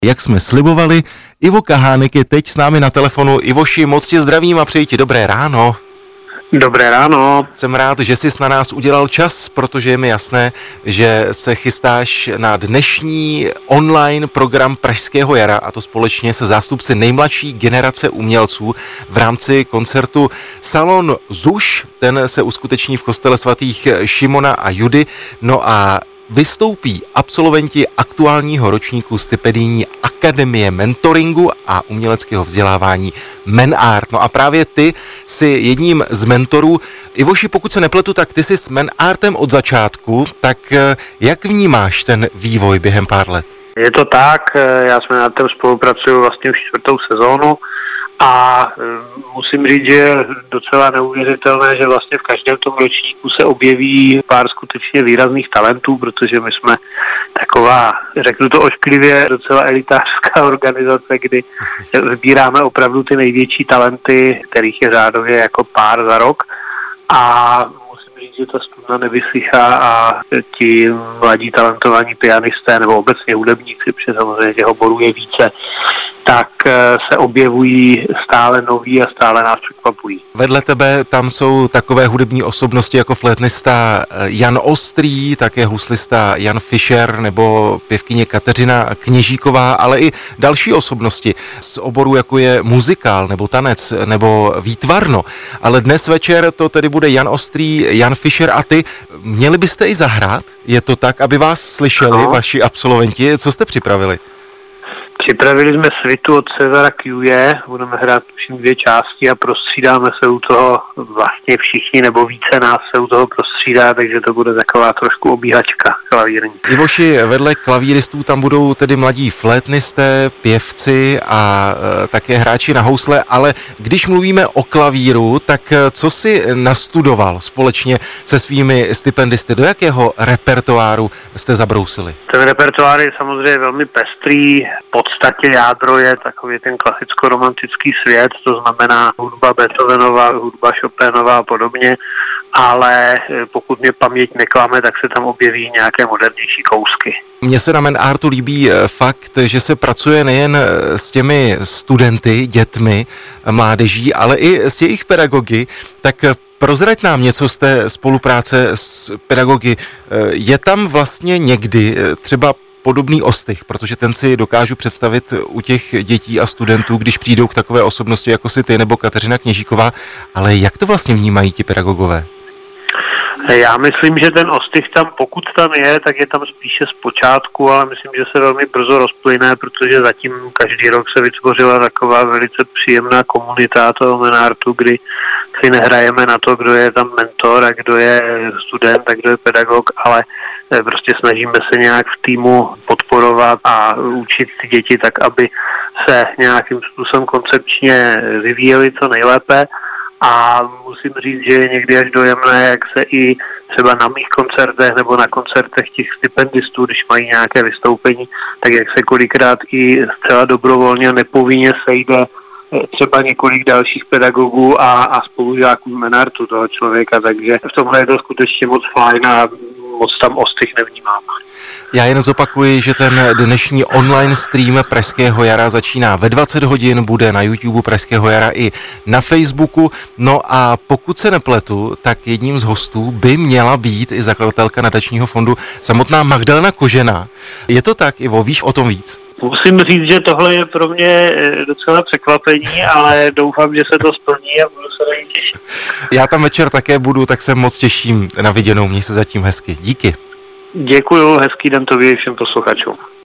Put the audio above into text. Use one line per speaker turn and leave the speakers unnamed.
Jak jsme slibovali, Ivo Kahánek je teď s námi na telefonu. Ivoši, moc tě zdravím a přeji ti dobré ráno.
Dobré ráno.
Jsem rád, že jsi na nás udělal čas, protože je mi jasné, že se chystáš na dnešní online program Pražského jara, a to společně se zástupci nejmladší generace umělců v rámci koncertu Salon ZUŠ. Ten se uskuteční v kostele svatých Šimona a Judy. No a vystoupí absolventi aktuálního ročníku stipendijní Akademie mentoringu a uměleckého vzdělávání MENART. No a právě ty jsi jedním z mentorů. Ivoši, pokud se nepletu, tak ty jsi s MENARTem od začátku, tak jak vnímáš ten vývoj během pár let?
Je to tak, já s MENARTem spolupracuju vlastně už 4. sezónu a musím říct, že je docela neuvěřitelné, že vlastně v každém tom ročníku se objeví pár skutečně výrazných talentů, protože my jsme taková, řeknu to ošklivě, docela elitářská organizace, kdy vybíráme opravdu ty největší talenty, kterých je řádově jako pár za rok, a musím říct, že ta studna nevysychá a ti mladí talentovaní pianisté nebo obecně hudebníci, protože samozřejmě těch oborů je více, tak se objevují stále noví a stále nás překvapují.
Vedle tebe tam jsou takové hudební osobnosti jako flétnista Jan Ostrý, také huslista Jan Fischer nebo pěvkyně Kateřina Kněžíková, ale i další osobnosti z oboru, jako je muzikál nebo tanec nebo výtvarno. Ale dnes večer to tedy bude Jan Ostrý, Jan Fischer a ty. Měli byste i zahrát? Je to tak, aby vás slyšeli vaši absolventi? Co jste připravili?
Připravili jsme svitu od Cezara Kuje, budeme hrát všim 2 části a prostřídáme se u toho, vlastně všichni nebo více nás se u toho prostřídá, takže to bude taková trošku obíhačka klavírní.
Ivoši, vedle klavíristů tam budou tedy mladí flétnisté, pěvci a také hráči na housle, ale když mluvíme o klavíru, tak co jsi nastudoval společně se svými stipendisty? Do jakého repertoáru jste zabrousili?
Ten repertoár je samozřejmě velmi pestrý, v podstatě jádro je takový ten klasicko-romantický svět, to znamená hudba Beethovenova, hudba Chopinova a podobně, ale pokud mě paměť neklame, tak se tam objeví nějaké modernější kousky.
Mně se na MENARTu líbí fakt, že se pracuje nejen s těmi studenty, dětmi, mládeží, ale i s jejich pedagogy, tak prozrať nám něco z té spolupráce s pedagogy. Je tam vlastně někdy třeba podobný ostych, protože ten si dokážu představit u těch dětí a studentů, když přijdou k takové osobnosti, jako si ty nebo Kateřina Kněžíková, ale jak to vlastně vnímají ti pedagogové?
Já myslím, že ten ostych tam, pokud tam je, tak je tam spíše z počátku, ale myslím, že se velmi brzo rozplyne, protože zatím každý rok se vytvořila taková velice příjemná komunita toho MENARTu, kdy si nehrajeme na to, kdo je tam mentor a kdo je student a kdo je pedagog, ale prostě snažíme se nějak v týmu podporovat a učit ty děti tak, aby se nějakým způsobem koncepčně vyvíjeli co nejlépe. A musím říct, že je někdy až dojemné, jak se i třeba na mých koncertech nebo na koncertech těch stipendistů, když mají nějaké vystoupení, tak jak se kolikrát i zcela dobrovolně a nepovinně sejde třeba několik dalších pedagogů a spolužáků MENARTu toho člověka, takže v tomhle je to skutečně moc fajn a moc tam ostych nevnímám.
Já jen zopakuji, že ten dnešní online stream Pražského jara začíná ve 20 hodin, bude na YouTube Pražského jara i na Facebooku. No a pokud se nepletu, tak jedním z hostů by měla být i zakladatelka nadačního fondu samotná Magdalena Kožená. Je to tak, Ivo, víš o tom víc?
Musím říct, že tohle je pro mě docela překvapení, ale doufám, že se to splní a budu se na ní těšit.
Já tam večer také budu, tak se moc těším na viděnou. Měj se zatím hezky. Díky.
Děkuju, hezký den tobě i všem posluchačům.